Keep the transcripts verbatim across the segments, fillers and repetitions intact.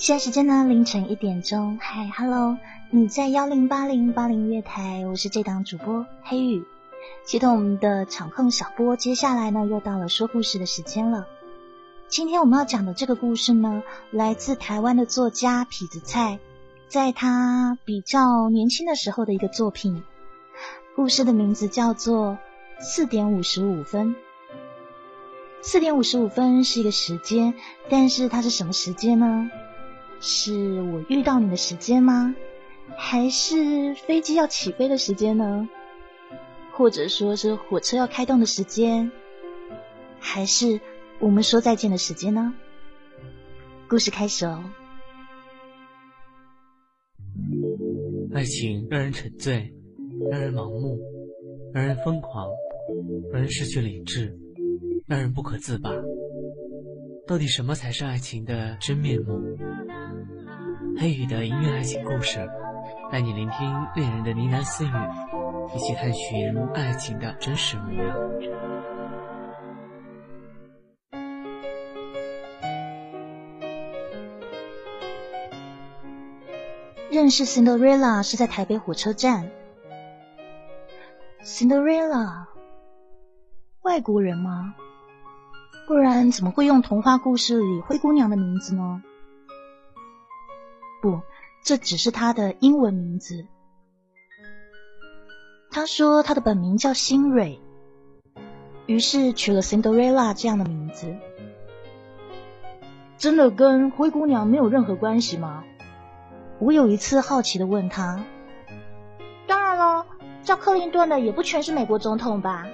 现在时间呢凌晨一点钟。嗨 ，Hello， 你在一零八零八零月台，我是这档主播黑羽。接通我们的场控小波，接下来呢又到了说故事的时间了。今天我们要讲的这个故事呢，来自台湾的作家痞子蔡，在他比较年轻的时候的一个作品。故事的名字叫做四点五十五分。四点五十五分是一个时间，但是它是什么时间呢？是我遇到你的时间吗？还是飞机要起飞的时间呢？或者说是火车要开动的时间？还是我们说再见的时间呢？故事开始哦。 爱情让人沉醉，让人盲目，让人疯狂，让人失去理智，让人不可自拔。到底什么才是爱情的真面目？黑羽的音乐爱情故事，带你聆听恋人的呢喃私语，一起探寻爱情的真实模样。 认识 Cinderella 是在台北火车站。Cinderella， 外国人吗？不然怎么会用童话故事里灰姑娘的名字呢？不，这只是她的英文名字。她说她的本名叫辛蕊，于是取了 Cinderella 这样的名字。真的跟灰姑娘没有任何关系吗？我有一次好奇地问她。当然了，叫克林顿的也不全是美国总统吧？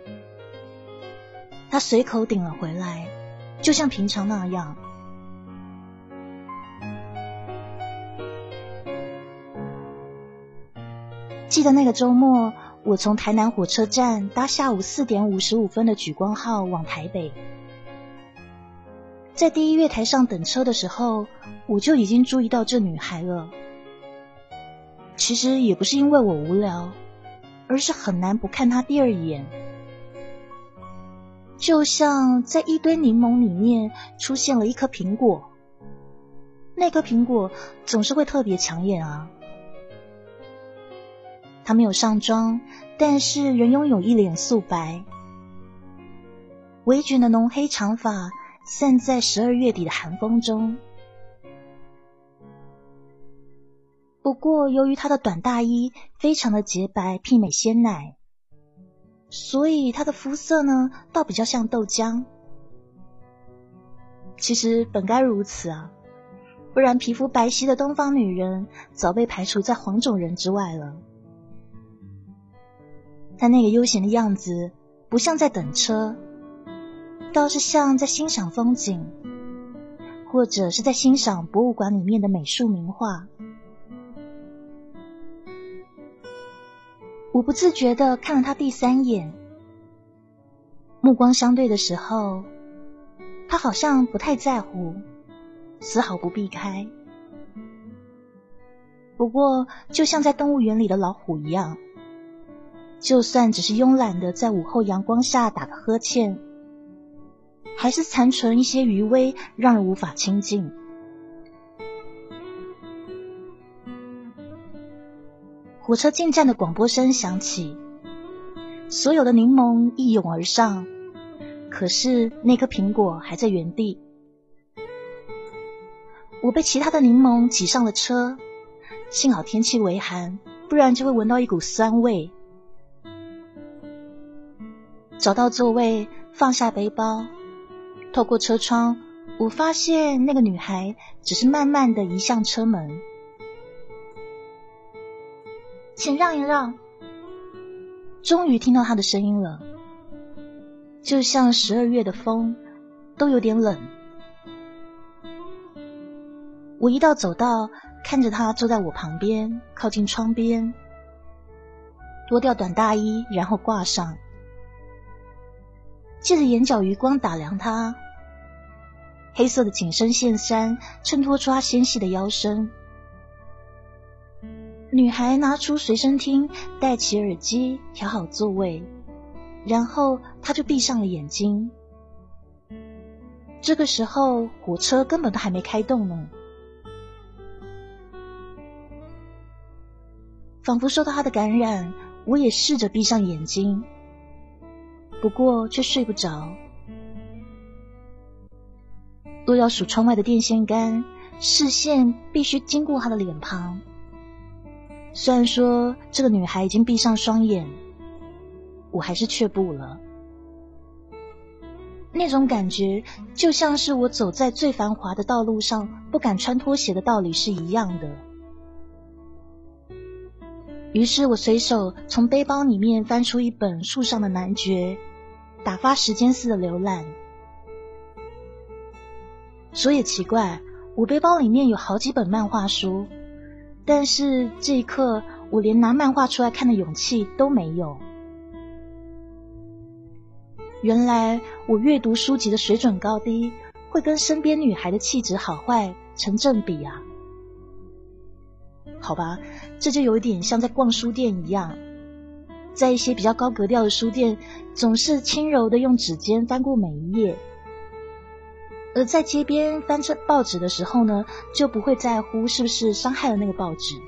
他随口顶了回来，就像平常那样。记得那个周末，我从台南火车站搭下午四点五十五分的莒光号往台北。在第一月台上等车的时候，我就已经注意到这女孩了。其实也不是因为我无聊，而是很难不看她第二眼。就像在一堆柠檬里面出现了一颗苹果，那颗苹果总是会特别抢眼啊。她没有上妆，但是仍拥有一脸素白，微卷的浓黑长发散在十二月底的寒风中。不过由于她的短大衣非常的洁白，媲美鲜奶，所以她的肤色呢，倒比较像豆浆。其实本该如此啊，不然皮肤白皙的东方女人早被排除在黄种人之外了。她那个悠闲的样子，不像在等车，倒是像在欣赏风景，或者是在欣赏博物馆里面的美术名画。我不自觉地看了他第三眼，目光相对的时候，他好像不太在乎，丝毫不避开。不过就像在动物园里的老虎一样，就算只是慵懒的在午后阳光下打个呵欠，还是残存一些余威，让人无法亲近。火车进站的广播声响起，所有的柠檬一涌而上，可是那颗苹果还在原地。我被其他的柠檬挤上了车，幸好天气微寒，不然就会闻到一股酸味。找到座位，放下背包，透过车窗，我发现那个女孩只是慢慢地移向车门。请让一让。终于听到她的声音了，就像十二月的风，都有点冷。我一到走道，看着她坐在我旁边，靠近窗边，脱掉短大衣，然后挂上，借着眼角余光打量她。黑色的紧身线衫衬托出她纤细的腰身。女孩拿出随身听，戴起耳机，调好座位，然后她就闭上了眼睛。这个时候火车根本都还没开动呢。 仿佛受到他的感染，我也试着闭上眼睛，不过却睡不着。若要数窗外的电线杆，视线必须经过他的脸庞。虽然说这个女孩已经闭上双眼，我还是却步了。那种感觉就像是我走在最繁华的道路上不敢穿拖鞋的道理是一样的。于是我随手从背包里面翻出一本树上的男爵，打发时间似的浏览。说也奇怪，我背包里面有好几本漫画书，但是这一刻我连拿漫画出来看的勇气都没有。原来我阅读书籍的水准高低会跟身边女孩的气质好坏成正比啊。好吧，这就有一点像在逛书店一样，在一些比较高格调的书店，总是轻柔的用指尖翻过每一页，而在街边翻这报纸的时候呢，就不会在乎是不是伤害了那个报纸。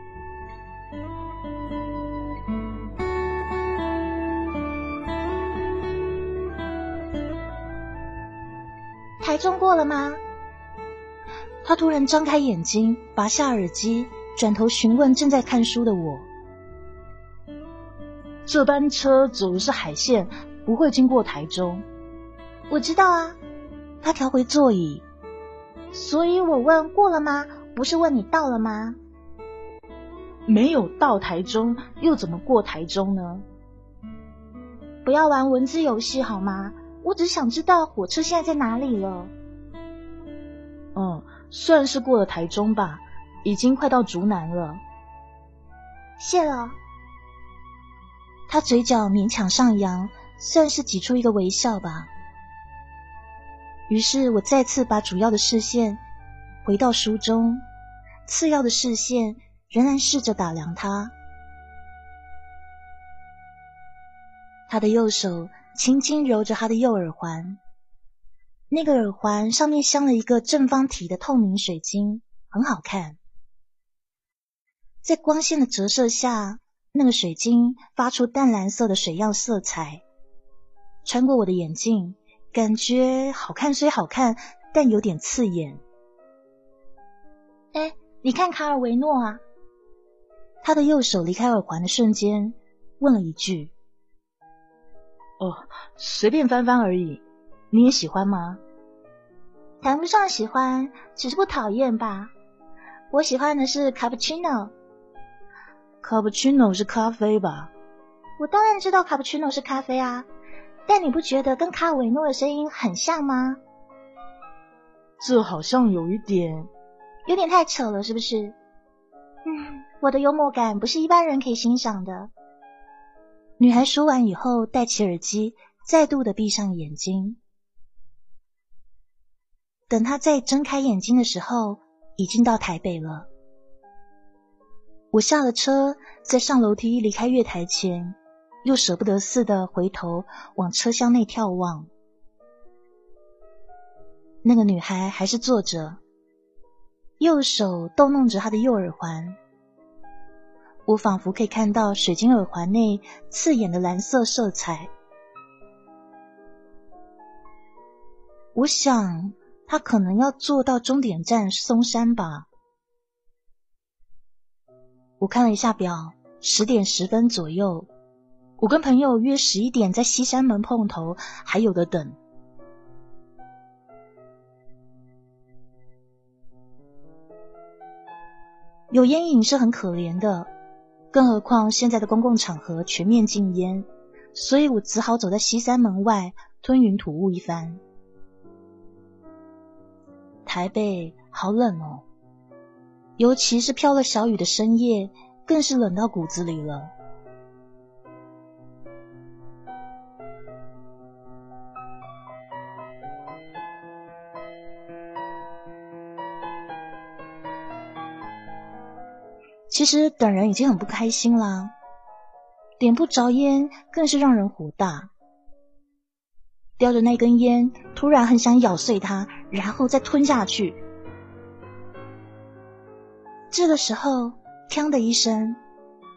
台中过了吗？他突然张开眼睛，拔下耳机，转头询问正在看书的我。这班车走的是海线，不会经过台中。我知道啊。他调回座椅。所以我问过了吗？不是问你到了吗？没有到台中，又怎么过台中呢？不要玩文字游戏好吗？我只想知道火车现在在哪里了。嗯，算是过了台中吧，已经快到竹南了。谢了。他嘴角勉强上扬，算是挤出一个微笑吧。于是我再次把主要的视线回到书中，次要的视线仍然试着打量他。他的右手轻轻揉着他的右耳环，那个耳环上面镶了一个正方体的透明水晶，很好看。在光线的折射下，那个水晶发出淡蓝色的水样色彩，穿过我的眼镜，感觉好看虽好看，但有点刺眼。哎，你看卡尔维诺啊。他的右手离开耳环的瞬间，问了一句。哦，随便翻翻而已。你也喜欢吗？谈不上喜欢，只是不讨厌吧。我喜欢的是 cappuccino。cappuccino 是咖啡吧？我当然知道 cappuccino 是咖啡啊，但你不觉得跟卡尔维诺的声音很像吗？这好像有一点，有点太扯了，是不是？嗯，我的幽默感不是一般人可以欣赏的。女孩说完以后，戴起耳机，再度的闭上眼睛。等她再睁开眼睛的时候，已经到台北了。我下了车，在上楼梯离开月台前，又舍不得似的回头往车厢内眺望。那个女孩还是坐着，右手逗弄着她的右耳环。我仿佛可以看到水晶耳环内刺眼的蓝色色彩。我想她可能要坐到终点站松山吧。我看了一下表，十点十分左右。我跟朋友约十一点在西山门碰头，还有的等。有烟瘾是很可怜的，更何况现在的公共场合全面禁烟，所以我只好走在西山门外吞云吐雾一番。台北好冷哦，尤其是飘了小雨的深夜，更是冷到骨子里了。其实等人已经很不开心啦，点不着烟更是让人火大。叼着那根烟，突然很想咬碎它，然后再吞下去。这个时候，锵的一声，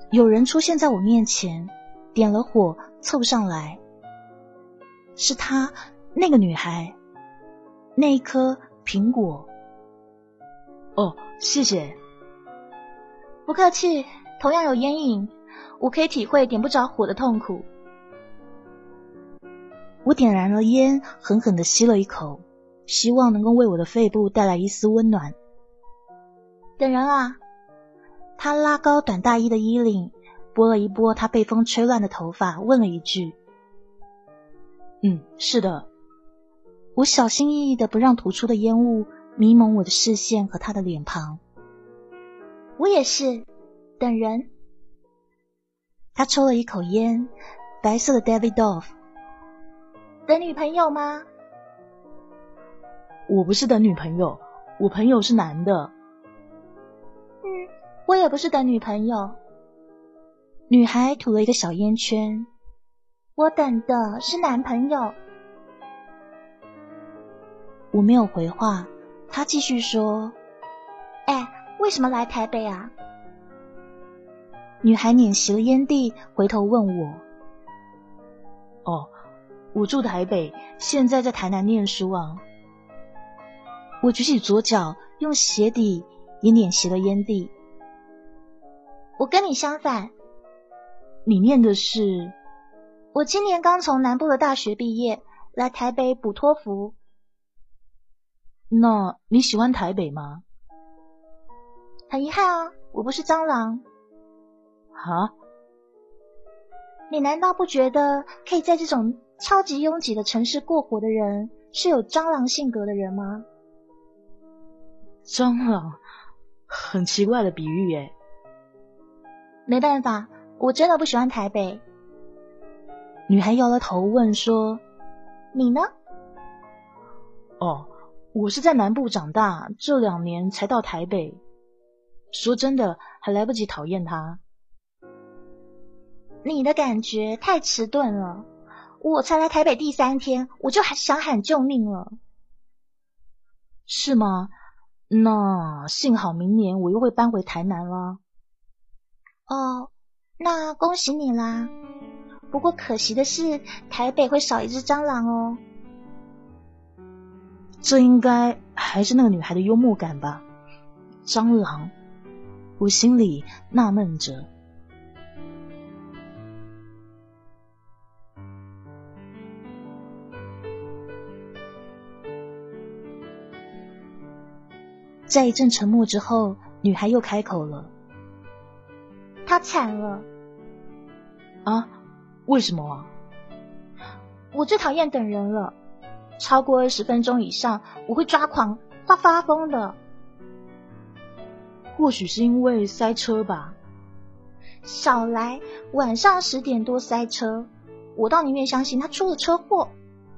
有人出现在我面前，点了火凑上来。是她，那个女孩，那一颗苹果。 哦，谢谢。 不客气，同样有烟瘾，我可以体会点不着火的痛苦。我点燃了烟，狠狠地吸了一口，希望能够为我的肺部带来一丝温暖。等人啊！他拉高短大衣的衣领，拨了一拨他被风吹乱的头发，问了一句： 嗯，是的。 我小心翼翼地不让突出的烟雾迷蒙我的视线和他的脸庞。我也是，等人。他抽了一口烟，白色的 Davidoff。等女朋友吗？ 我不是等女朋友，我朋友是男的。 嗯，我也不是等女朋友。女孩吐了一个小烟圈。我等的是男朋友。我没有回话，她继续说：哎，为什么来台北啊？女孩捻熄了烟蒂，回头问我： 哦，我住台北，现在在台南念书啊。 我举起左脚，用鞋底也捻熄了烟蒂。我跟你相反。 你念的是？ 我今年刚从南部的大学毕业，来台北补托福。 那你喜欢台北吗？ 很遗憾啊，我不是蟑螂。 哈？ 你难道不觉得可以在这种超级拥挤的城市过活的人是有蟑螂性格的人吗？ 蟑螂，很奇怪的比喻耶。 没办法，我真的不喜欢台北。女孩摇了头问说：你呢？ 哦，我是在南部长大，这两年才到台北。说真的，还来不及讨厌他。 你的感觉太迟钝了，我才来台北第三天，我就想喊救命了。 是吗？那幸好明年我又会搬回台南了。 哦，那恭喜你啦。不过可惜的是，台北会少一只蟑螂哦。 这应该还是那个女孩的幽默感吧。蟑螂，我心里纳闷着。 在一阵沉默之后，女孩又开口了。她惨了。 啊？为什么啊？ 我最讨厌等人了，超过二十分钟以上，我会抓狂、发发疯的。 或许是因为塞车吧。 少来，晚上十点多塞车，我倒宁愿相信他出了车祸。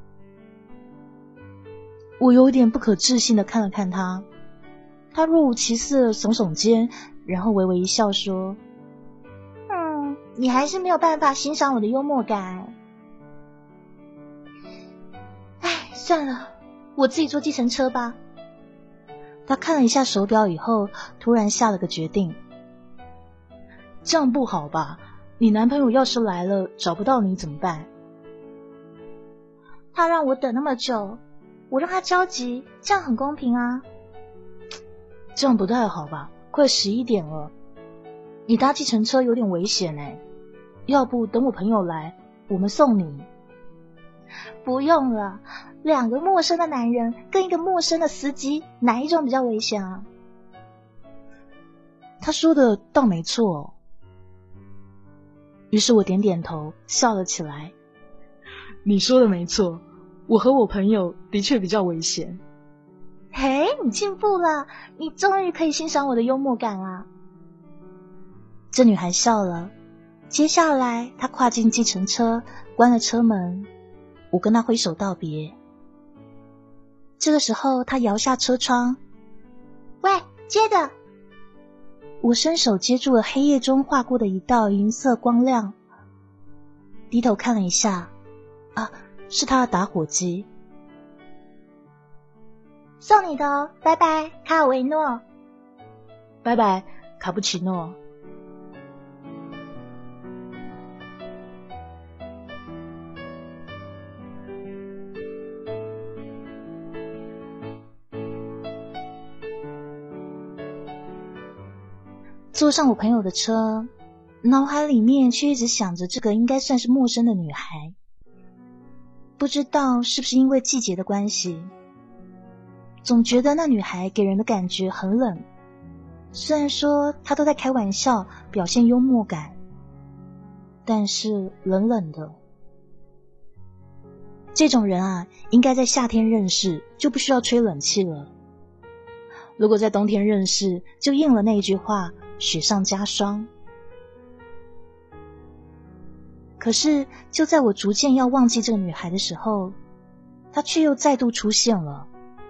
我有点不可置信的看了看他，他若无其事的耸耸肩，然后微微一笑说：嗯，你还是没有办法欣赏我的幽默感。唉，算了，我自己坐计程车吧。他看了一下手表以后，突然下了个决定。 这样不好吧？你男朋友要是来了找不到你怎么办？ 他让我等那么久，我让他着急，这样很公平啊。 这样不太好吧？快十一点了，你搭计程车有点危险哎。要不等我朋友来，我们送你。 不用了，两个陌生的男人跟一个陌生的司机，哪一种比较危险啊？ 他说的倒没错。于是我点点头，笑了起来。你说的没错，我和我朋友的确比较危险。 嘿，你进步了，你终于可以欣赏我的幽默感了。这女孩笑了，接下来她跨进计程车，关了车门，我跟她挥手道别。这个时候她摇下车窗，喂，接的。我伸手接住了黑夜中划过的一道银色光亮，低头看了一下，啊，是他的打火机。送你的哦，拜拜，卡尔维诺。 拜拜，卡布奇诺。 坐上我朋友的车，脑海里面却一直想着这个应该算是陌生的女孩。不知道是不是因为季节的关系，总觉得那女孩给人的感觉很冷。虽然说她都在开玩笑，表现幽默感，但是冷冷的。这种人啊，应该在夏天认识，就不需要吹冷气了。如果在冬天认识，就应了那一句话，雪上加霜。可是就在我逐渐要忘记这个女孩的时候，她却又再度出现了。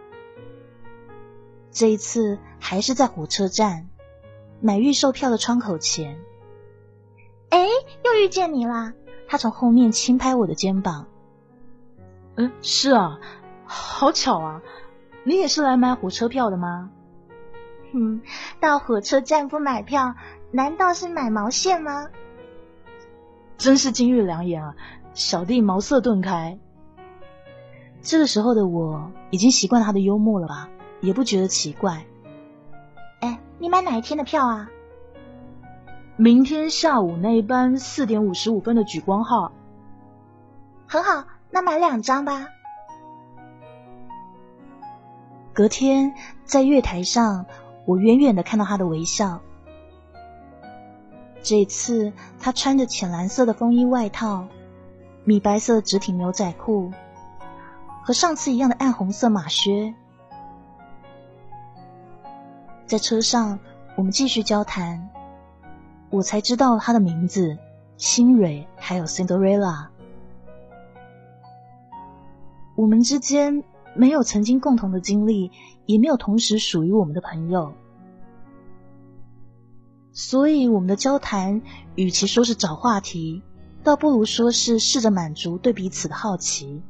这一次还是在火车站买预售票的窗口前。诶，又遇见你啦！她从后面轻拍我的肩膀。 嗯，是啊，好巧啊，你也是来买火车票的吗？ 嗯，到火车站不买票，难道是买毛线吗？ 真是金玉良言啊，小弟茅塞顿开。这个时候的我已经习惯他的幽默了吧，也不觉得奇怪。 哎，你买哪一天的票啊？ 明天下午那一班四点五十五分的莒光号。 很好，那买两张吧。隔天在月台上，我远远的看到他的微笑。这次他穿着浅蓝色的风衣外套，米白色的直挺牛仔裤，和上次一样的暗红色马靴。在车上我们继续交谈，我才知道他的名字新蕊还有 Cinderella。 我们之间没有曾经共同的经历，也没有同时属于我们的朋友，所以我们的交谈与其说是找话题，倒不如说是试着满足对彼此的好奇。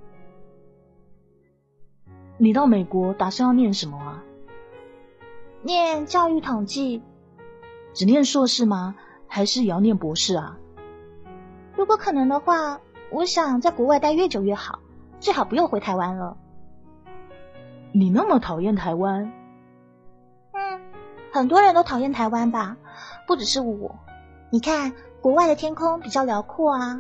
你到美国打算要念什么啊？ 念教育统计。 只念硕士吗？还是也要念博士啊？ 如果可能的话，我想在国外待越久越好，最好不用回台湾了。 你那么讨厌台湾？ 嗯，很多人都讨厌台湾吧，不只是我。你看，国外的天空比较辽阔啊。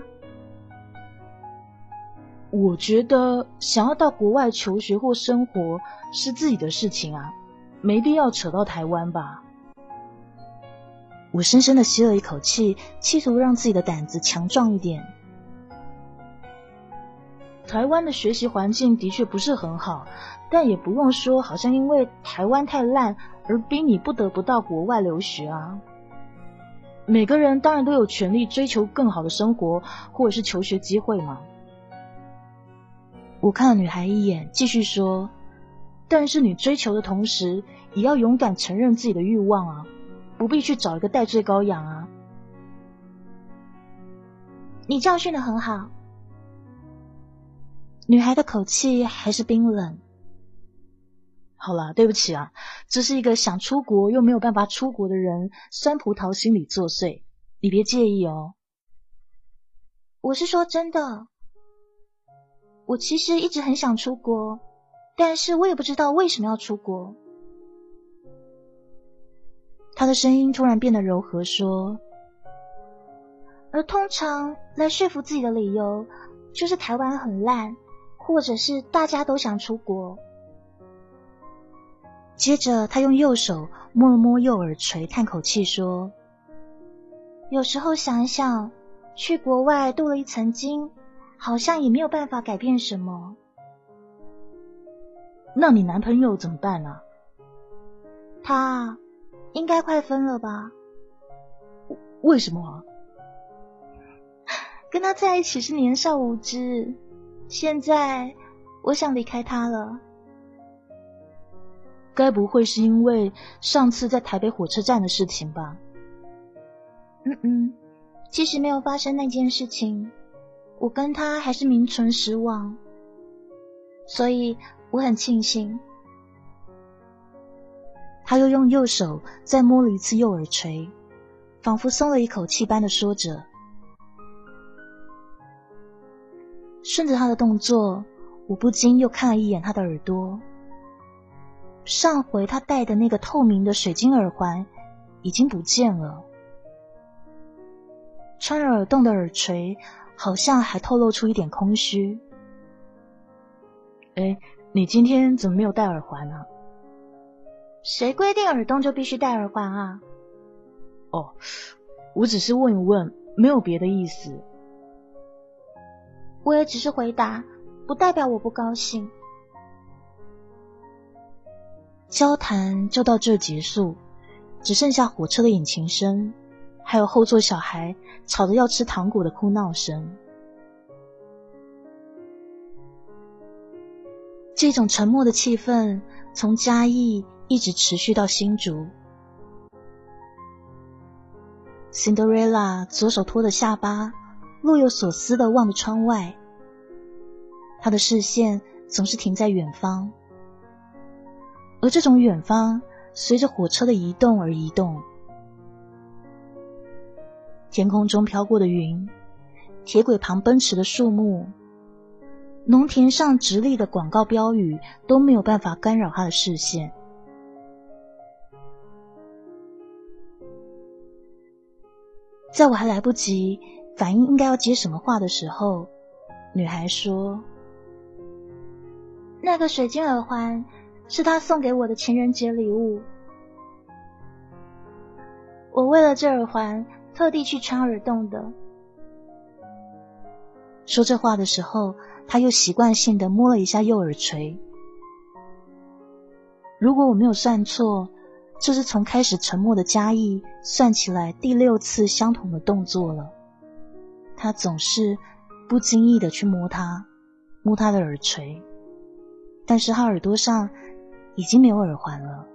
我觉得想要到国外求学或生活是自己的事情啊，没必要扯到台湾吧。 我深深的吸了一口气，企图让自己的胆子强壮一点。 台湾的学习环境的确不是很好，但也不用说好像因为台湾太烂而逼你不得不到国外留学啊。每个人当然都有权利追求更好的生活或者是求学机会嘛。 我看了女孩一眼，继续说， 但是你追求的同时也要勇敢承认自己的欲望啊，不必去找一个代罪羔羊啊。 你教训得很好。女孩的口气还是冰冷。 好啦，对不起啊，这是一个想出国又没有办法出国的人酸葡萄心理作祟，你别介意哦。 我是说真的，我其实一直很想出国，但是我也不知道为什么要出国。他的声音突然变得柔和说，而通常来说服自己的理由就是台湾很烂，或者是大家都想出国。接着他用右手摸了摸右耳垂，叹口气说，有时候想一想，去国外镀了一层金，好像也没有办法改变什么。 那你男朋友怎么办啊？ 他应该快分了吧？ 为什么啊？ 跟他在一起是年少无知，现在我想离开他了。 该不会是因为上次在台北火车站的事情吧？ 嗯嗯，其实没有发生那件事情，我跟他还是名存实亡，所以我很庆幸。他又用右手再摸了一次右耳垂，仿佛松了一口气般的说着。顺着他的动作，我不禁又看了一眼他的耳朵。上回他戴的那个透明的水晶耳环已经不见了。穿着耳洞的耳垂好像还透露出一点空虚。诶，你今天怎么没有戴耳环啊？ 谁规定耳洞就必须戴耳环啊？ 哦，我只是问一问，没有别的意思。 我也只是回答，不代表我不高兴。 交谈就到这结束，只剩下火车的引擎声，还有后座小孩吵着要吃糖果的哭闹声。这种沉默的气氛从嘉义一直持续到新竹。Cinderella 左手托着下巴，若有所思地望着窗外，她的视线总是停在远方，而这种远方随着火车的移动而移动。天空中飘过的云，铁轨旁奔驰的树木，农田上直立的广告标语都没有办法干扰他的视线。在我还来不及反应应该要接什么话的时候，女孩说： 那个水晶耳环是他送给我的情人节礼物，我为了这耳环特地去穿耳洞的。 说这话的时候，他又习惯性地摸了一下右耳垂。如果我没有算错，这是从开始沉默的嘉义算起来第六次相同的动作了。他总是不经意地去摸它，摸他的耳垂，但是他耳朵上已经没有耳环了。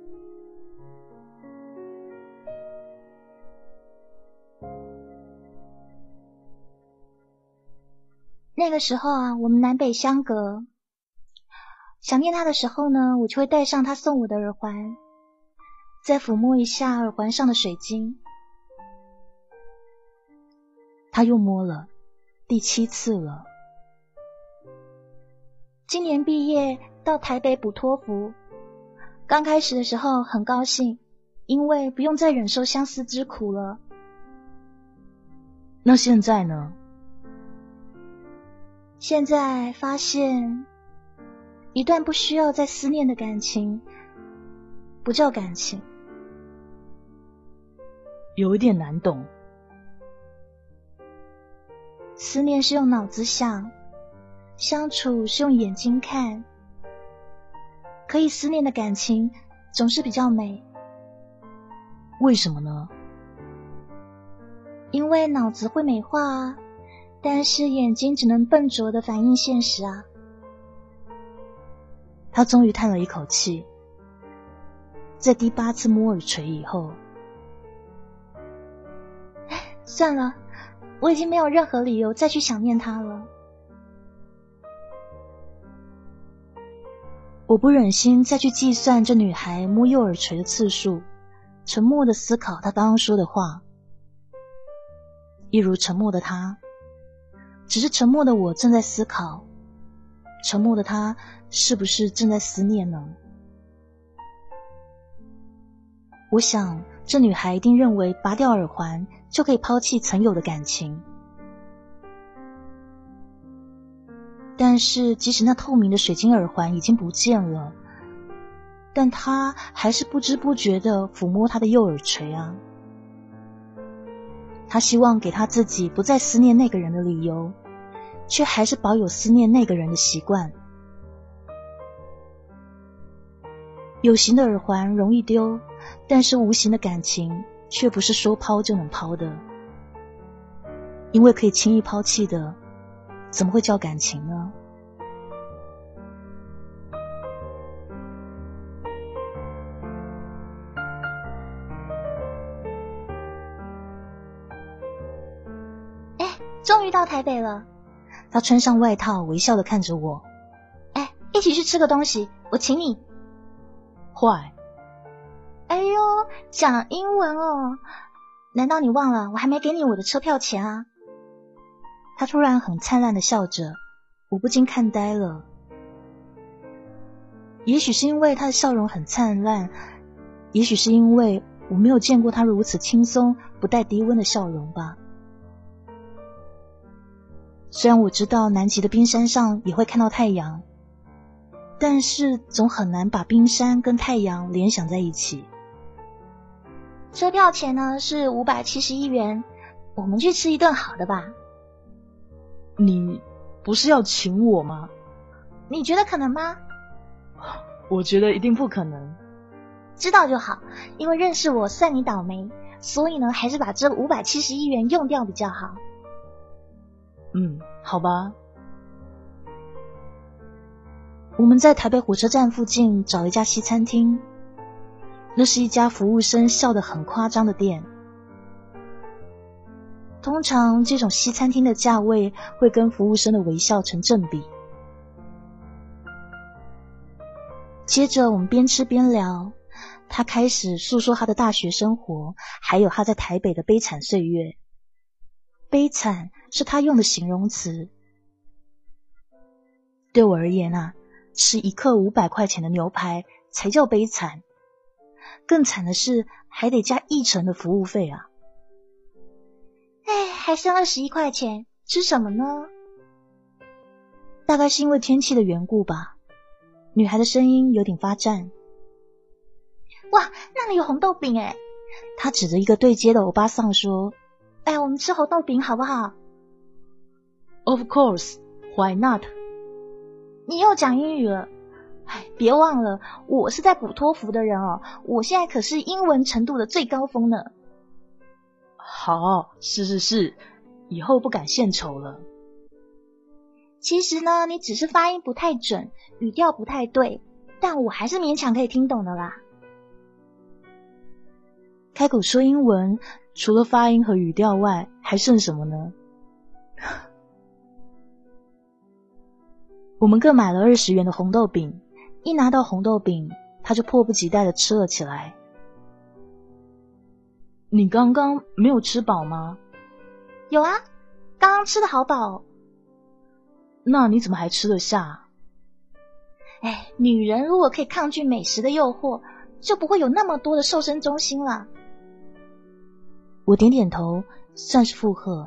那个时候啊，我们南北相隔，想念他的时候呢，我就会戴上他送我的耳环，再抚摸一下耳环上的水晶。 他又摸了，第七次了。 今年毕业到台北补托福，刚开始的时候很高兴，因为不用再忍受相思之苦了。 那现在呢？ 现在发现，一段不需要再思念的感情，不叫感情。 有一点难懂。 思念是用脑子想，相处是用眼睛看。可以思念的感情总是比较美。 为什么呢？ 因为脑子会美化啊，但是眼睛只能笨拙地反映现实啊。 他终于叹了一口气，在第八次摸耳垂以后， 算了，我已经没有任何理由再去想念他了。 我不忍心再去计算这女孩摸右耳垂的次数，沉默地思考她刚刚说的话。一如沉默的她，只是沉默的我正在思考，沉默的她是不是正在思念呢？我想这女孩一定认为拔掉耳环就可以抛弃曾有的感情，但是即使那透明的水晶耳环已经不见了，但她还是不知不觉地抚摸她的右耳垂啊。她希望给她自己不再思念那个人的理由，却还是保有思念那个人的习惯。有形的耳环容易丢，但是无形的感情却不是说抛就能抛的，因为可以轻易抛弃的，怎么会叫感情呢？ 哎，终于到台北了。 他穿上外套，微笑地看着我。 哎，一起去吃个东西，我请你。 坏。 哎呦，讲英文哦，难道你忘了我还没给你我的车票钱啊？ 他突然很灿烂地笑着，我不禁看呆了。也许是因为他的笑容很灿烂，也许是因为我没有见过他如此轻松不带低温的笑容吧。虽然我知道南极的冰山上也会看到太阳，但是总很难把冰山跟太阳联想在一起。 车票钱呢是五百七十一元，我们去吃一顿好的吧。 你不是要请我吗？ 你觉得可能吗？ 我觉得一定不可能。 知道就好，因为认识我算你倒霉，所以呢还是把这五百七十一元用掉比较好。 嗯，好吧。我们在台北火车站附近找一家西餐厅，那是一家服务生笑得很夸张的店。通常这种西餐厅的价位会跟服务生的微笑成正比。接着我们边吃边聊，他开始诉说他的大学生活，还有他在台北的悲惨岁月。悲惨是他用的形容词。对我而言啊，吃一克五百块钱的牛排才叫悲惨，更惨的是还得加一成的服务费啊。 哎，还剩二十一块钱，吃什么呢？ 大概是因为天气的缘故吧。女孩的声音有点发颤。 哇，那里有红豆饼哎！ 她指着一个对街的欧巴桑说： 哎，我们吃红豆饼好不好？ Of course, why not? 你又讲英语了。哎，别忘了，我是在补托福的人哦，我现在可是英文程度的最高峰呢。 好，是是是，以后不敢献丑了。 其实呢，你只是发音不太准，语调不太对，但我还是勉强可以听懂的啦。 开口说英文，除了发音和语调外，还剩什么呢？我们各买了二十元的红豆饼，一拿到红豆饼，他就迫不及待地吃了起来。你刚刚没有吃饱吗？ 有啊，刚刚吃得好饱哦。 那你怎么还吃得下？ 哎，女人如果可以抗拒美食的诱惑，就不会有那么多的瘦身中心了。 我点点头，算是附和。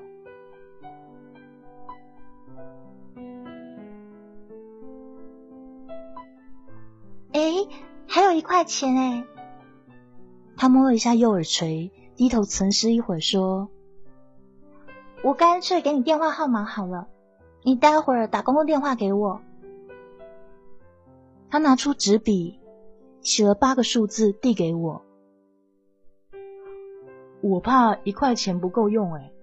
哎，还有一块钱哎。 他摸了一下右耳垂，低头沉思一会儿说： 我干脆给你电话号码好了，你待会儿打公共电话给我。 他拿出纸笔，写了八个数字递给我。我怕一块钱不够用诶。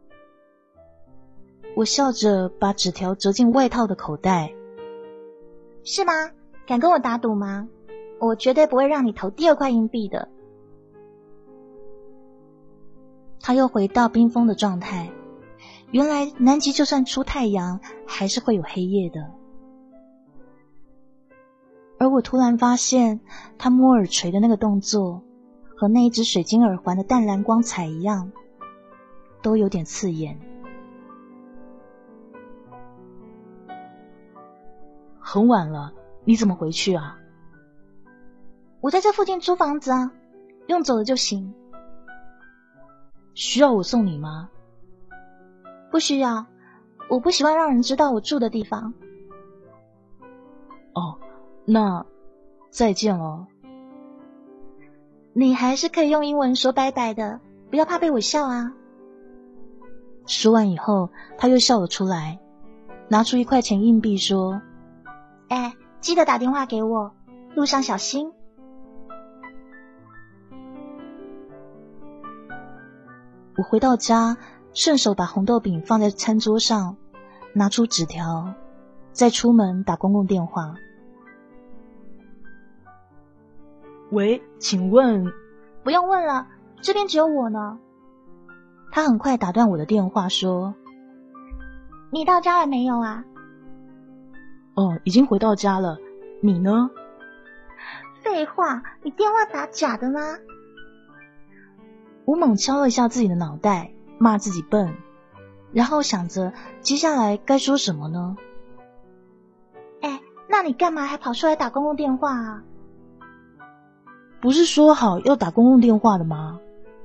我笑着把纸条折进外套的口袋。 是吗？敢跟我打赌吗？我绝对不会让你投第二块硬币的。 他又回到冰封的状态。原来南极就算出太阳，还是会有黑夜的。而我突然发现，他摸耳垂的那个动作，和那一只水晶耳环的淡蓝光彩一样，都有点刺眼。很晚了，你怎么回去啊？ 我在这附近租房子啊，用走了就行。 需要我送你吗？ 不需要，我不喜欢让人知道我住的地方。 哦，那再见咯。 你还是可以用英文说拜拜的，不要怕被我笑啊。 说完以后，他又笑了出来，拿出一块钱硬币说： 哎，记得打电话给我，路上小心。 我回到家，顺手把红豆饼放在餐桌上，拿出纸条，再出门打公共电话。喂，请问？ 不用问了，这边只有我呢。 他很快打断我的电话说： 你到家了没有啊？ 哦，已经回到家了。你呢？ 废话，你电话打假的吗？ 我猛敲了一下自己的脑袋，骂自己笨，然后想着接下来该说什么呢？ 哎，那你干嘛还跑出来打公共电话啊？ 不是说好要打公共电话的吗？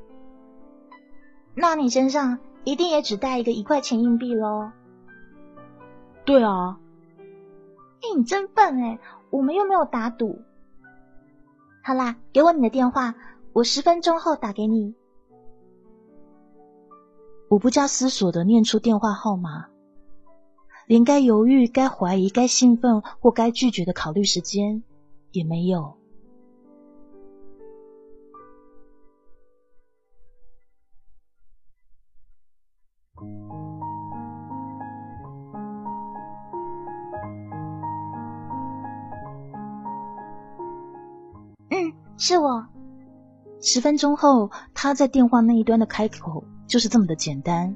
那你身上一定也只带一个一块钱硬币咯。 对啊。 欸，你真笨欸，我们又没有打赌。好啦，给我你的电话，我十分钟后打给你。 我不加思索地念出电话号码，连该犹豫、该怀疑、该兴奋或该拒绝的考虑时间也没有。 嗯，是我。 十分钟后，他在电话那一端的开口就是这么的简单。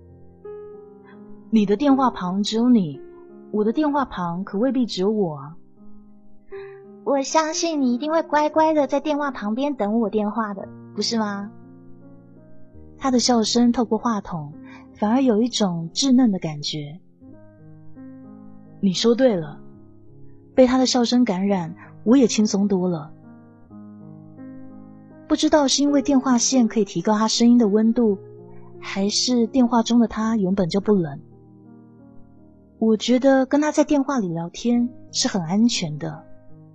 你的电话旁只有你，我的电话旁可未必只有我啊。 我相信你一定会乖乖的在电话旁边等我电话的，不是吗？ 他的笑声透过话筒，反而有一种稚嫩的感觉。你说对了，被他的笑声感染，我也轻松多了。不知道是因为电话线可以提高他声音的温度，还是电话中的他原本就不冷。我觉得跟他在电话里聊天是很安全的。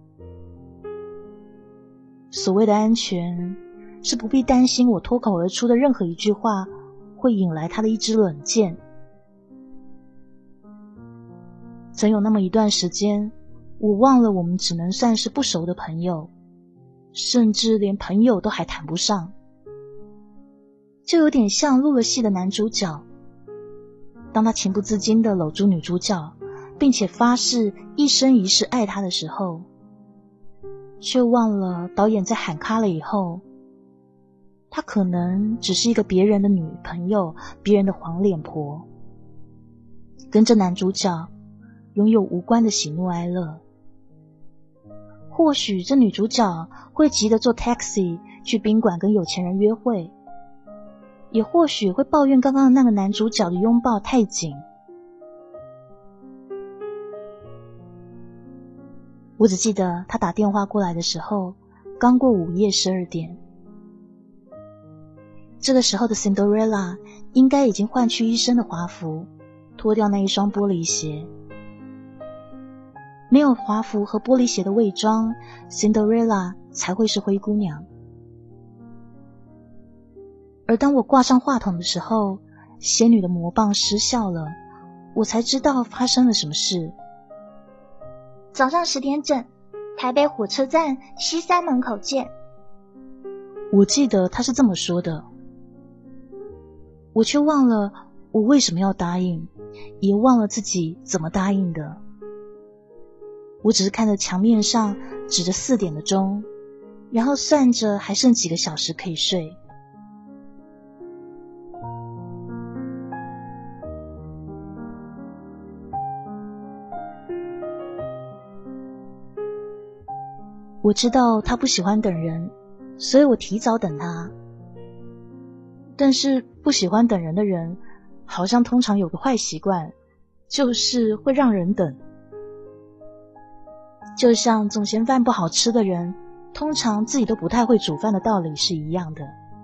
所谓的安全，是不必担心我脱口而出的任何一句话会引来他的一支冷箭。曾有那么一段时间，我忘了我们只能算是不熟的朋友，甚至连朋友都还谈不上，就有点像入了戏的男主角。当他情不自禁地搂住女主角，并且发誓一生一世爱她的时候，却忘了导演在喊卡了以后，她可能只是一个别人的女朋友，别人的黄脸婆，跟着男主角拥有无关的喜怒哀乐。或许这女主角会急着坐 taxi 去宾馆跟有钱人约会，也或许会抱怨刚刚的那个男主角的拥抱太紧。我只记得他打电话过来的时候，刚过午夜十二点。这个时候的 Cinderella 应该已经换去医生的华服，脱掉那一双玻璃鞋。没有华服和玻璃鞋的伪装， Cinderella 才会是灰姑娘。而当我挂上话筒的时候，仙女的魔棒失效了，我才知道发生了什么事。 早上十点整，台北火车站西三门口见。 我记得他是这么说的，我却忘了我为什么要答应，也忘了自己怎么答应的。我只是看着墙面上指着四点的钟，然后算着还剩几个小时可以睡。我知道他不喜欢等人，所以我提早等他。但是不喜欢等人的人，好像通常有个坏习惯，就是会让人等。就像总嫌饭不好吃的人，通常自己都不太会煮饭的道理是一样的。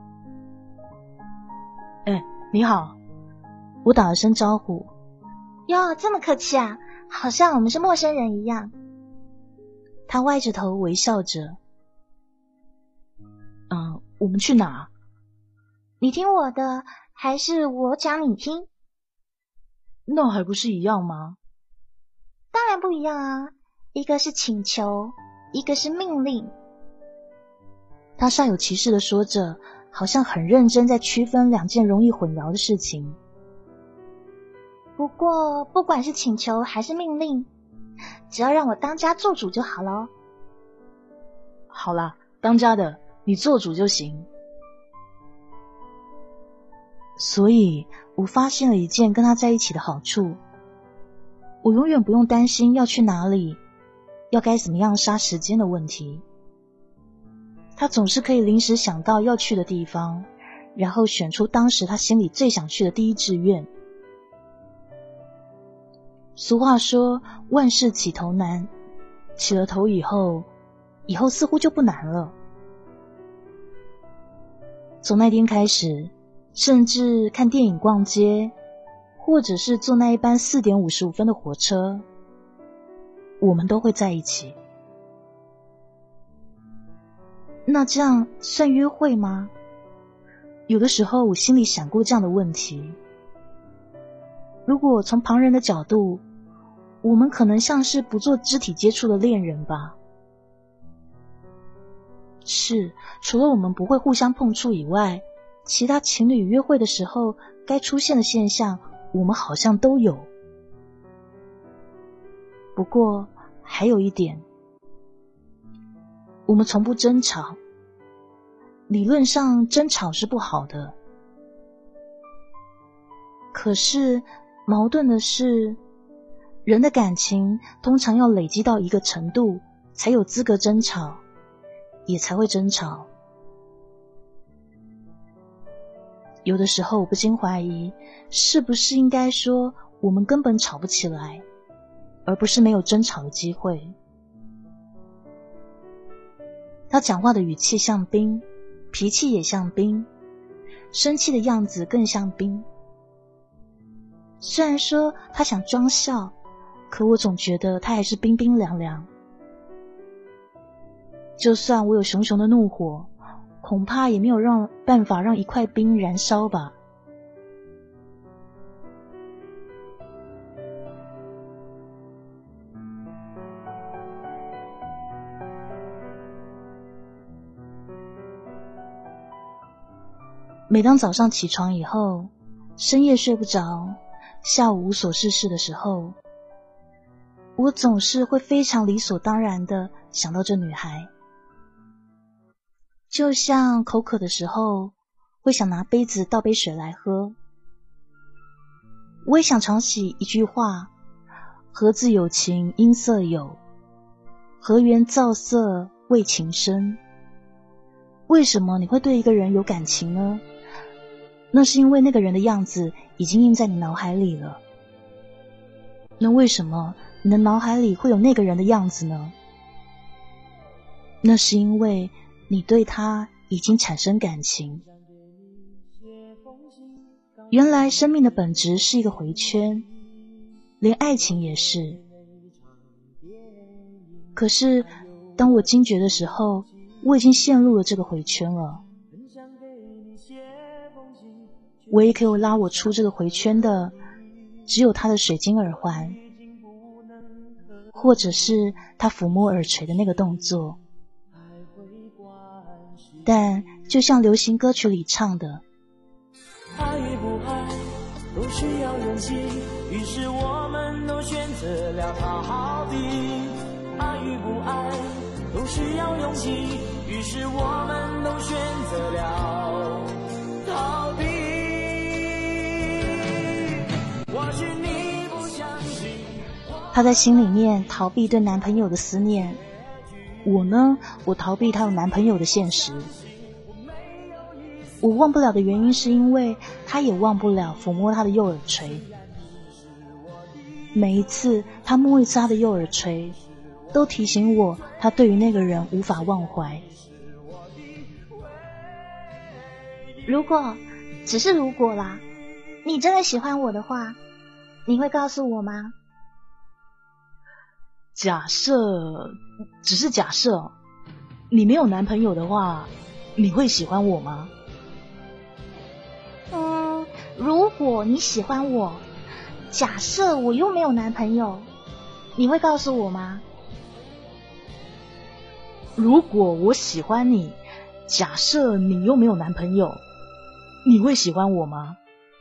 哎，你好，我打了声招呼。 哟，这么客气啊，好像我们是陌生人一样。 他歪着头微笑着。嗯，我们去哪？ 你听我的，还是我讲你听？ 那还不是一样吗？ 当然不一样啊，一个是请求，一个是命令。 他煞有其事地说着，好像很认真在区分两件容易混淆的事情。 不过不管是请求还是命令，只要让我当家做主就好了。 好啦，当家的，你做主就行。所以我发现了一件跟他在一起的好处，我永远不用担心要去哪里，要该怎么样杀时间的问题。他总是可以临时想到要去的地方，然后选出当时他心里最想去的第一志愿。俗话说万事起头难，起了头以后，以后似乎就不难了。 从那天开始，甚至看电影、逛街，或者是坐那一班四点五十五分的火车，我们都会在一起。那这样算约会吗？有的时候我心里闪过这样的问题。如果从旁人的角度，我们可能像是不做肢体接触的恋人吧。是，除了我们不会互相碰触以外，其他情侣约会的时候该出现的现象，我们好像都有。不过还有一点，我们从不争吵。理论上争吵是不好的，可是矛盾的是，人的感情通常要累积到一个程度，才有资格争吵，也才会争吵。有的时候我不禁怀疑，是不是应该说我们根本吵不起来，而不是没有争吵的机会。他讲话的语气像冰，脾气也像冰，生气的样子更像冰。虽然说他想装笑，可我总觉得他还是冰冰凉凉。就算我有熊熊的怒火，恐怕也没有让办法让一块冰燃烧吧。每当早上起床以后，深夜睡不着，下午无所事事的时候，我总是会非常理所当然的想到这女孩。就像口渴的时候，会想拿杯子倒杯水来喝。我也想常起一句话：何自有情音色有，何缘造色为情深。为什么你会对一个人有感情呢？那是因为那个人的样子已经印在你脑海里了。那为什么你的脑海里会有那个人的样子呢？那是因为你对他已经产生感情。原来生命的本质是一个回圈，连爱情也是。可是当我惊觉的时候，我已经陷入了这个回圈了。唯一可以拉我出这个回圈的，只有他的水晶耳环，或者是他抚摸耳垂的那个动作。但就像流行歌曲里唱的， 爱与不爱都需要勇气，于是我们都选择了逃避。爱与不爱都需要勇气，于是我们都选择了逃避。或许你不相信， 她在心里面逃避对男朋友的思念，我呢，我逃避她有男朋友的现实。我忘不了的原因是因为她也忘不了抚摸她的右耳垂。每一次她摸一次她的右耳垂，都提醒我她对于那个人无法忘怀。 如果，只是如果啦，你真的喜欢我的话，你会告诉我吗？ 假设，只是假设，你没有男朋友的话，你会喜欢我吗？ 嗯，如果你喜欢我，假设我又没有男朋友，你会告诉我吗？ 如果我喜欢你，假设你又没有男朋友，你会喜欢我吗？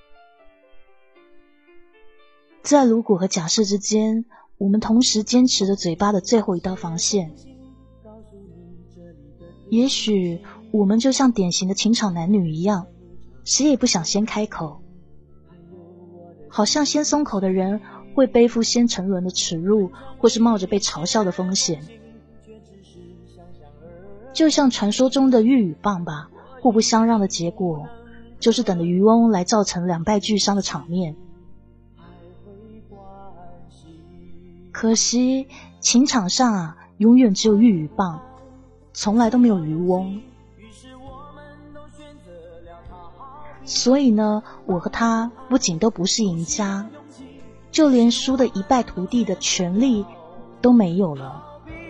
在如果和假设之间，我们同时坚持着嘴巴的最后一道防线。也许我们就像典型的情场男女一样，谁也不想先开口，好像先松口的人会背负先沉沦的耻辱，或是冒着被嘲笑的风险。就像传说中的玉与棒吧，互不相让的结果，就是等着渔翁来造成两败俱伤的场面。可惜情场上啊，永远只有玉与棒，从来都没有渔翁。 所以呢，我和他不仅都不是赢家，就连输得一败涂地的权利都没有了。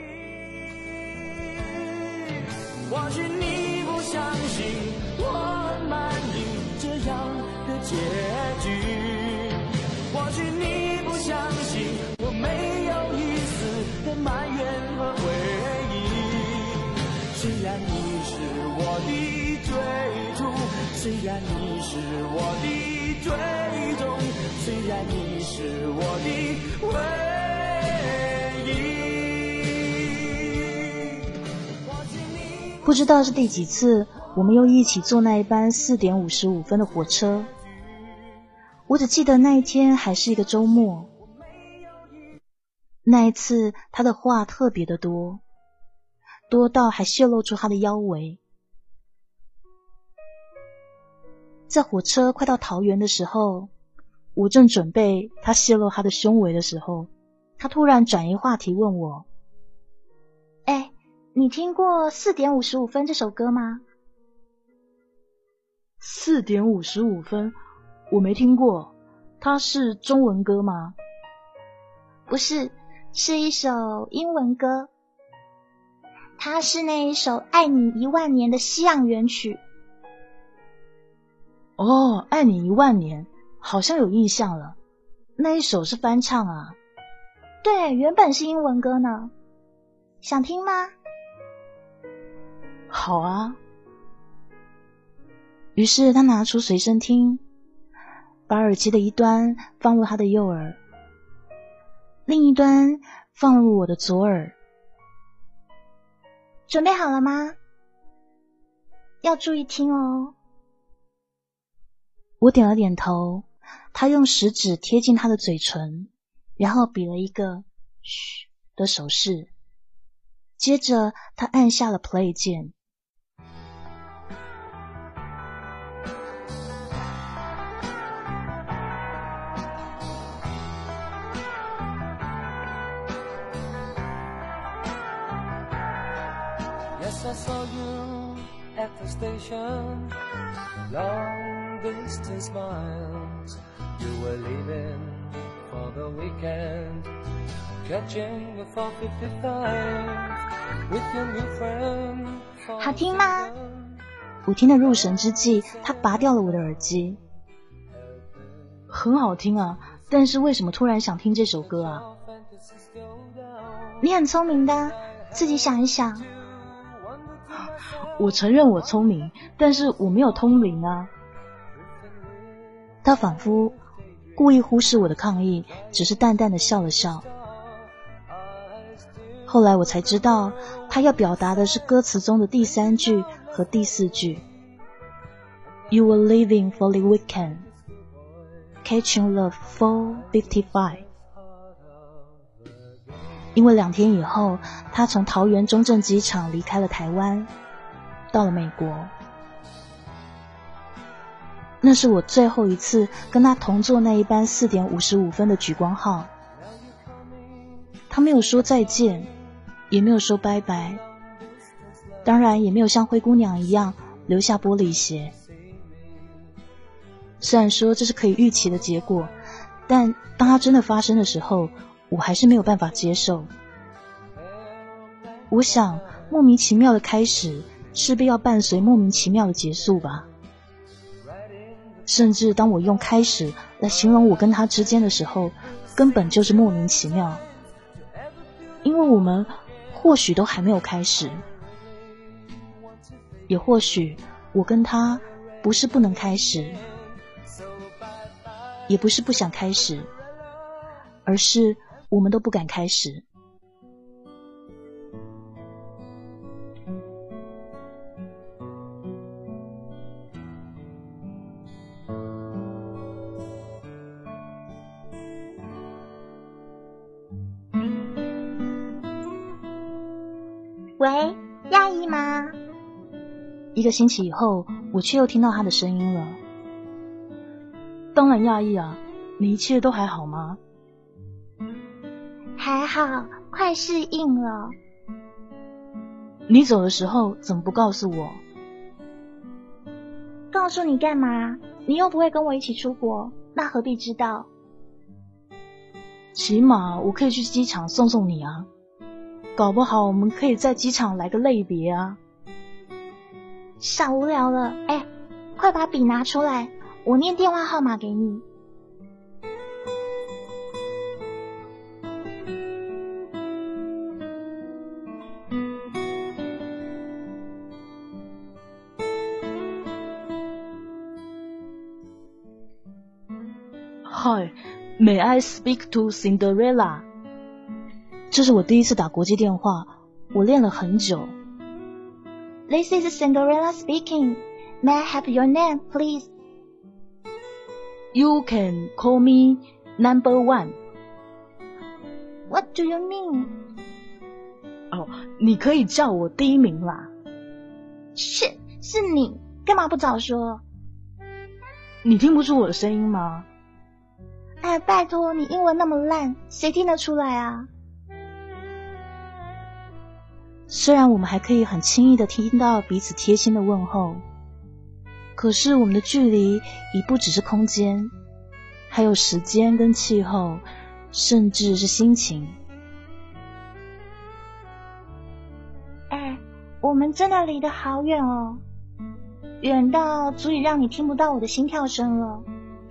或许你不相信我很满意这样的结局，或许你不相信我没有一丝的埋怨和回忆。虽然你是我的最初，虽然你是我的最终，虽然你是我的唯一。 不知道是第几次，我们又一起坐那一班四点五十五分的火车。我只记得那一天还是一个周末。那一次他的话特别的多，多到还泄露出他的腰围。在火车快到桃园的时候，我正准备他泄露他的胸围的时候，他突然转移话题问我： 哎，你听过四点五十五分这首歌吗？ 四点五十五分我没听过，它是中文歌吗？ 不是，是一首英文歌，它是那一首《爱你一万年》的西洋原曲。 哦，爱你一万年，好像有印象了。那一首是翻唱啊？ 对，原本是英文歌呢。想听吗？ 好啊。于是他拿出随身听，把耳机的一端放入他的右耳，另一端放入我的左耳。 准备好了吗？要注意听哦。 我点了点头，他用食指贴近他的嘴唇，然后比了一个嘘的手势，接着他按下了 play 键。 Yes, I saw you at the station, long distance miles. You were leaving for the weekend, catching the four fifty-five with your new friend. 好听吗？ 我听得入神之际，他拔掉了我的耳机。很好听啊，但是为什么突然想听这首歌啊？ 你很聪明的，自己想一想。 我承认我聪明，但是我没有通灵啊。他仿佛故意忽视我的抗议，只是淡淡的笑了笑。后来我才知道，他要表达的是歌词中的第三句和第四句。You were leaving for the weekend, catching the four fifty-five。因为两天以后，他从桃园中正机场离开了台湾，到了美国。那是我最后一次跟他同坐那一班四点五十五分的莒光号。他没有说再见，也没有说拜拜，当然也没有像灰姑娘一样留下玻璃鞋。虽然说这是可以预期的结果，但当它真的发生的时候，我还是没有办法接受。我想，莫名其妙的开始势必要伴随莫名其妙的结束吧。甚至当我用开始来形容我跟他之间的时候，根本就是莫名其妙。因为我们或许都还没有开始，也或许我跟他不是不能开始，也不是不想开始，而是我们都不敢开始。 喂，讶异吗？ 一个星期以后，我却又听到他的声音了。当然讶异啊，你一切都还好吗？ 还好，快适应了。 你走的时候怎么不告诉我？ 告诉你干嘛？你又不会跟我一起出国，那何必知道？ 起码我可以去机场送送你啊，搞不好我们可以在机场来个类别啊。 少无聊了，哎，快把笔拿出来，我念电话号码给你。 Hi, may I speak to Cinderella? 这是我第一次打国际电话，我练了很久。 This is Cinderella speaking. May I have your name, please? You can call me number one. What do you mean? 哦，你可以叫我第一名啦。 是，是你，干嘛不早说？ 你听不出我的声音吗？ 哎，拜托，你英文那么烂，谁听得出来啊？ 虽然我们还可以很轻易的听到彼此贴心的问候，可是我们的距离已不只是空间，还有时间跟气候，甚至是心情。 哎，我们真的离得好远哦，远到足以让你听不到我的心跳声了。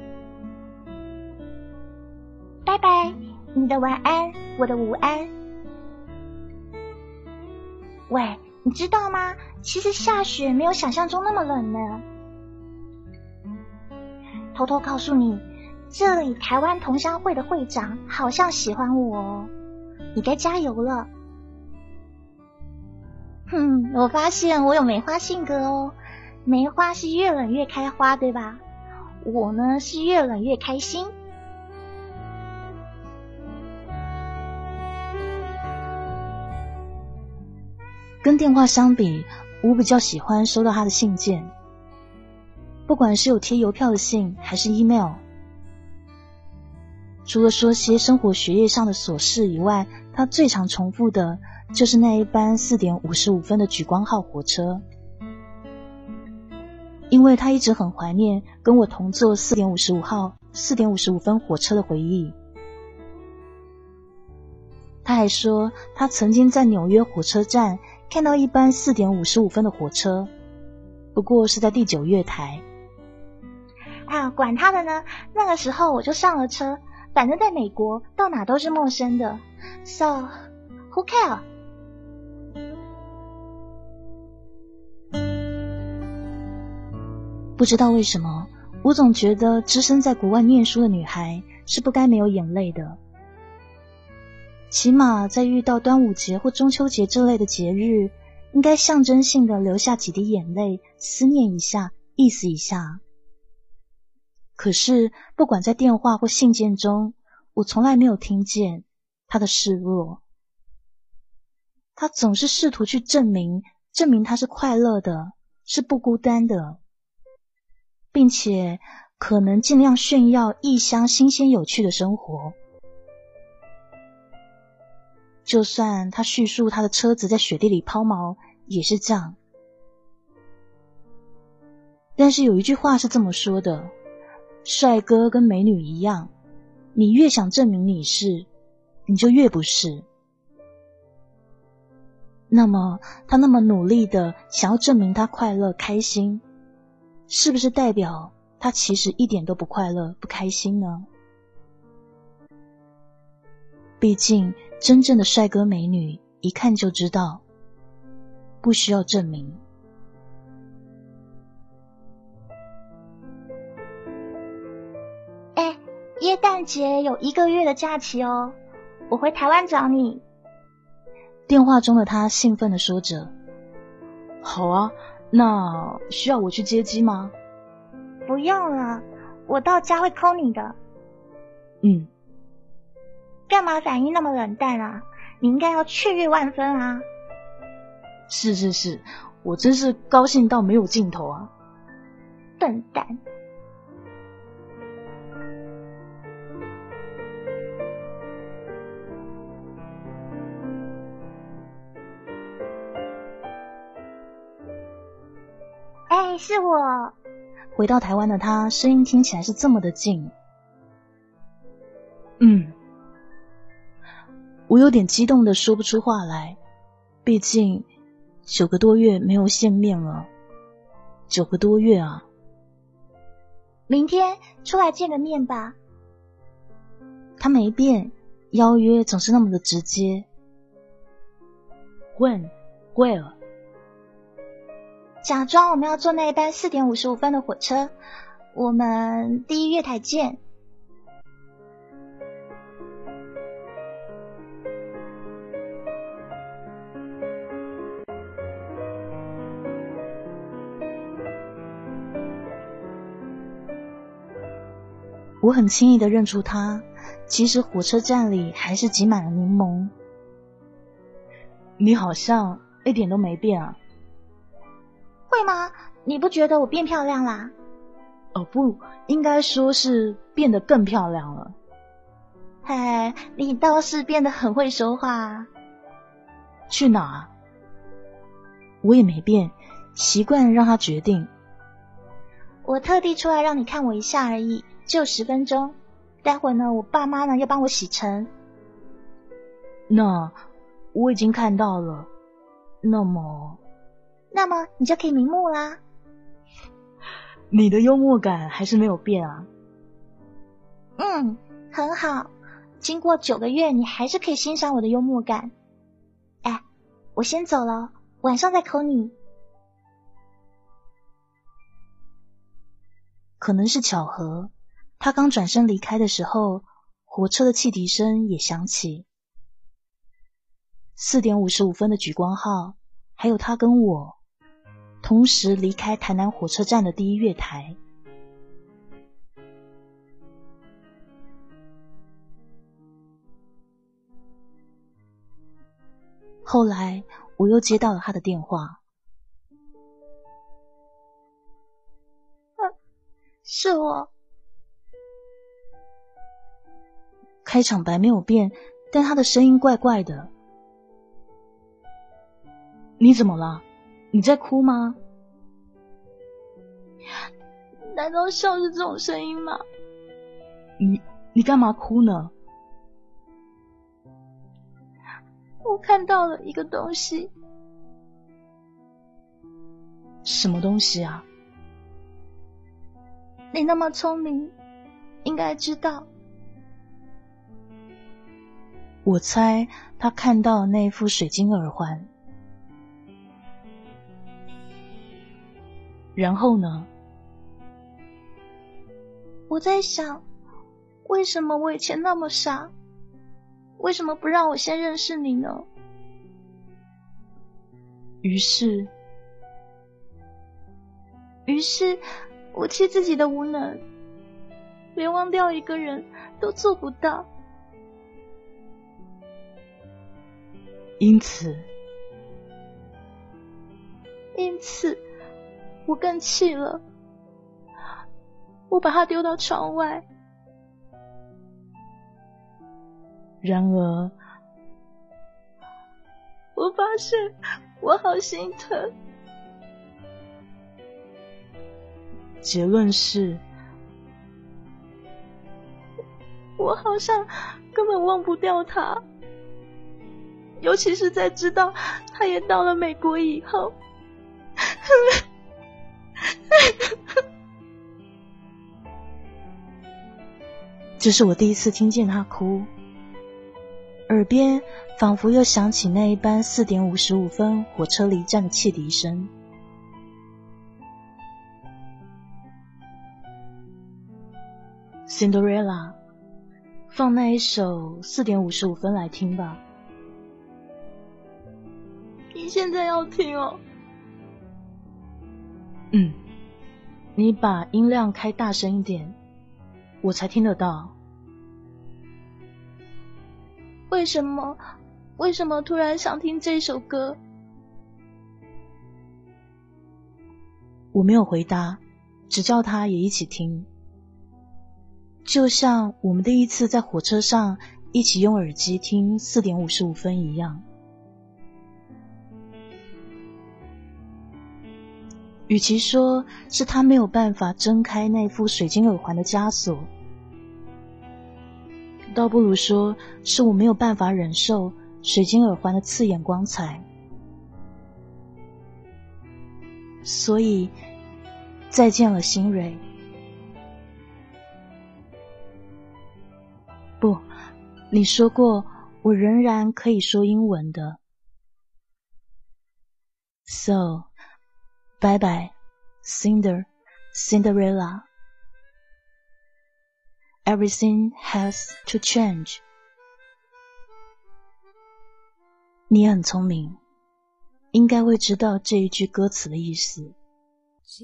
拜拜，你的晚安，我的午安。喂，你知道吗？其实下雪没有想象中那么冷呢。偷偷告诉你，这里台湾同乡会的会长好像喜欢我哦，你该加油了。哼，我发现我有梅花性格哦。梅花是越冷越开花，对吧？我呢是越冷越开心。 跟电话相比，我比较喜欢收到他的信件，不管是有贴邮票的信还是 email。 除了说些生活学业上的琐事以外，他最常重复的就是那一班四点五十五分的莒光号火车，因为他一直很怀念跟我同坐四点五十五号四点五十五分火车的回忆。他还说他曾经在纽约火车站看到一班四点五十五分的火车，不过是在第九月台。 啊，管他的呢，那个时候我就上了车，反正在美国到哪都是陌生的。So, who care? 不知道为什么，我总觉得只身在国外念书的女孩是不该没有眼泪的。起码在遇到端午节或中秋节之类的节日，应该象征性的流下几滴眼泪，思念一下，意思一下。可是不管在电话或信件中，我从来没有听见他的示弱。他总是试图去证明证明他是快乐的，是不孤单的，并且可能尽量炫耀异乡新鲜有趣的生活。就算他叙述他的车子在雪地里抛锚，也是这样。但是有一句话是这么说的，帅哥跟美女一样，你越想证明你是，你就越不是。那么他那么努力的想要证明他快乐开心，是不是代表他其实一点都不快乐不开心呢？毕竟真正的帅哥美女一看就知道，不需要证明。 哎，耶诞节有一个月的假期哦，我回台湾找你。 电话中的他兴奋地说着。好啊，那需要我去接机吗？ 不用了，我到家会 call 你的。 嗯。 干嘛反应那么冷淡啊？你应该要雀跃万分啊！ 是是是，我真是高兴到没有尽头啊！ 笨蛋！哎，是我。 回到台湾的他，声音听起来是这么的近。 嗯，我有点激动的说不出话来，毕竟九个多月没有见面了。九个多月啊！ 明天出来见个面吧。 他没变，邀约总是那么的直接。When? Where? 假装我们要坐那一班四点五十五分的火车，我们第一月台见。 我很轻易的认出他，其实火车站里还是挤满了柠檬。你好像一点都没变啊。 会吗？你不觉得我变漂亮啦？ 哦不，应该说是变得更漂亮了。 嗨，你倒是变得很会说话。 去哪？我也没变，习惯让他决定。 我特地出来让你看我一下而已，就十分钟。待会呢，我爸妈呢要帮我洗尘。 那我已经看到了。那么， 那么你就可以瞑目啦。 你的幽默感还是没有变啊。 嗯，很好。经过九个月，你还是可以欣赏我的幽默感。哎，我先走了，晚上再扣你。 可能是巧合，他刚转身离开的时候，火车的汽笛声也响起。四点五十五分的莒光号，还有他跟我同时离开台南火车站的第一月台。后来我又接到了他的电话。 是我。 开场白没有变，但他的声音怪怪的。你怎么了？你在哭吗？ 难道笑是这种声音吗？ 你你干嘛哭呢？ 我看到了一个东西。 什么东西啊？ 你那么聪明，应该知道。 我猜他看到那副水晶耳环。然后呢？ 我在想，为什么我以前那么傻？为什么不让我先认识你呢？ 于是， 于是我气自己的无能，连忘掉一个人都做不到。 因此， 因此，我更气了。我把他丢到窗外。 然而， 我发现我好心疼。 结论是， 我好像根本忘不掉他，尤其是在知道他也到了美国以后。 这是我第一次听见他哭，耳边仿佛又响起那一班四点五十五分火车离站的汽笛声。Cinderella， 放那一首四点五十五分来听吧。 你现在要听哦？ 嗯，你把音量开大声一点，我才听得到。 为什么？为什么突然想听这首歌？ 我没有回答，只叫他也一起听。就像我们第一次在火车上一起用耳机听四点五十五分一样。 与其说是他没有办法挣开那副水晶耳环的枷锁，倒不如说是我没有办法忍受水晶耳环的刺眼光彩。所以再见了，新蕊。不，你说过我仍然可以说英文的。So, bye bye, Cinder, Cinderella. Everything has to change. 你很聪明，应该会知道这一句歌词的意思。 寂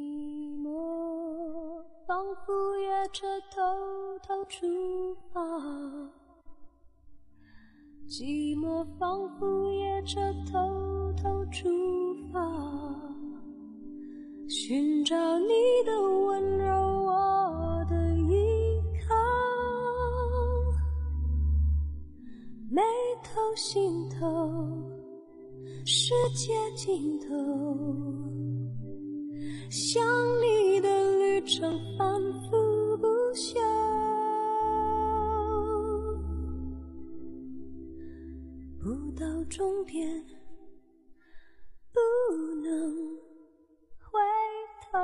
寞仿佛夜车偷偷出发，寂寞仿佛夜车偷偷出发，寻找你的温柔，我的依靠，眉头心头世界尽头，想你的旅程反复不休，不到终点不能回头。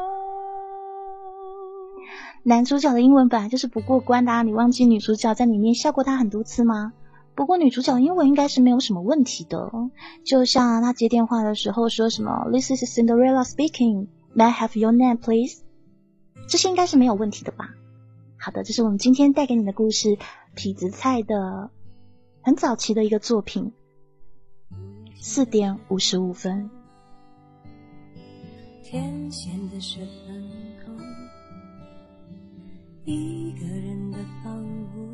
男主角的英文本来就是不过关的啊，你忘记女主角在里面笑过他很多次吗？不过女主角英文应该是没有什么问题的，就像她接电话的时候说什么 This is Cinderella speaking, May I have your name please? 这些应该是没有问题的吧。好的，这是我们今天带给你的故事，痞子蔡的很早期的一个作品，四点五十五分。 天显得十分空，一个人的房屋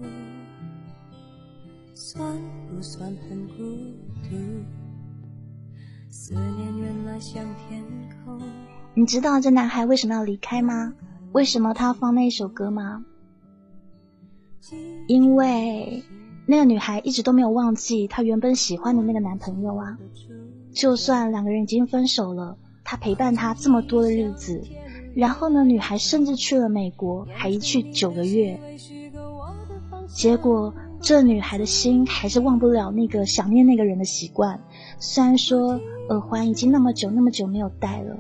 算不算很孤独？思念原来像天空。 你知道这男孩为什么要离开吗？为什么他要放那首歌吗？因为那个女孩一直都没有忘记她原本喜欢的那个男朋友啊。就算两个人已经分手了，他陪伴她这么多的日子，然后呢，女孩甚至去了美国，还一去九个月。结果这女孩的心还是忘不了那个想念那个人的习惯，虽然说耳环已经那么久那么久没有戴了，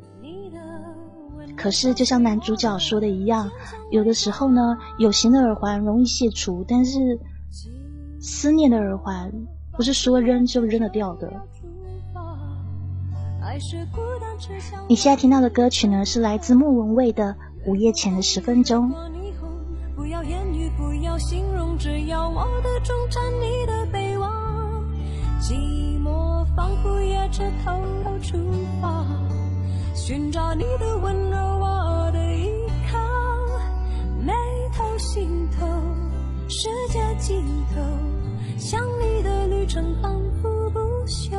可是就像男主角说的一样，有的时候呢，有形的耳环容易卸除，但是思念的耳环不是说扔就扔得掉的。你现在听到的歌曲呢，是来自莫文蔚的《午夜前的十分钟》。 不要言语，不要形容，只要我的忠诚，你的备忘。寂寞仿佛夜车偷偷出发，寻找你的温柔，我的依靠。眉头心头世界尽头，想你的旅程反复不休，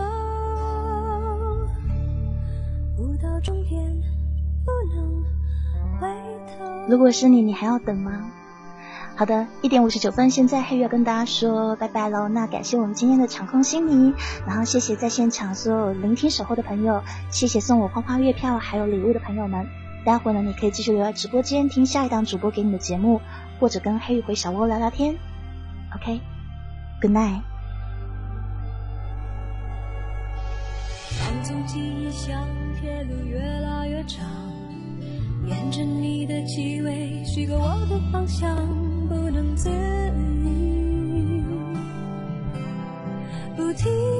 不到终点不能回头。 如果是你，你还要等吗？好的，一点五十九分，现在黑月跟大家说拜拜喽。那感谢我们今天的场控心仪，然后谢谢在现场所有聆听守候的朋友，谢谢送我花花月票还有礼物的朋友们。待会呢，你可以继续留在直播间听下一档主播给你的节目，或者跟黑羽回小窝聊聊天。OK， Good night。 放纵记忆像铁路越拉越长，沿着你的气味虚构我的方向，不能自已，不停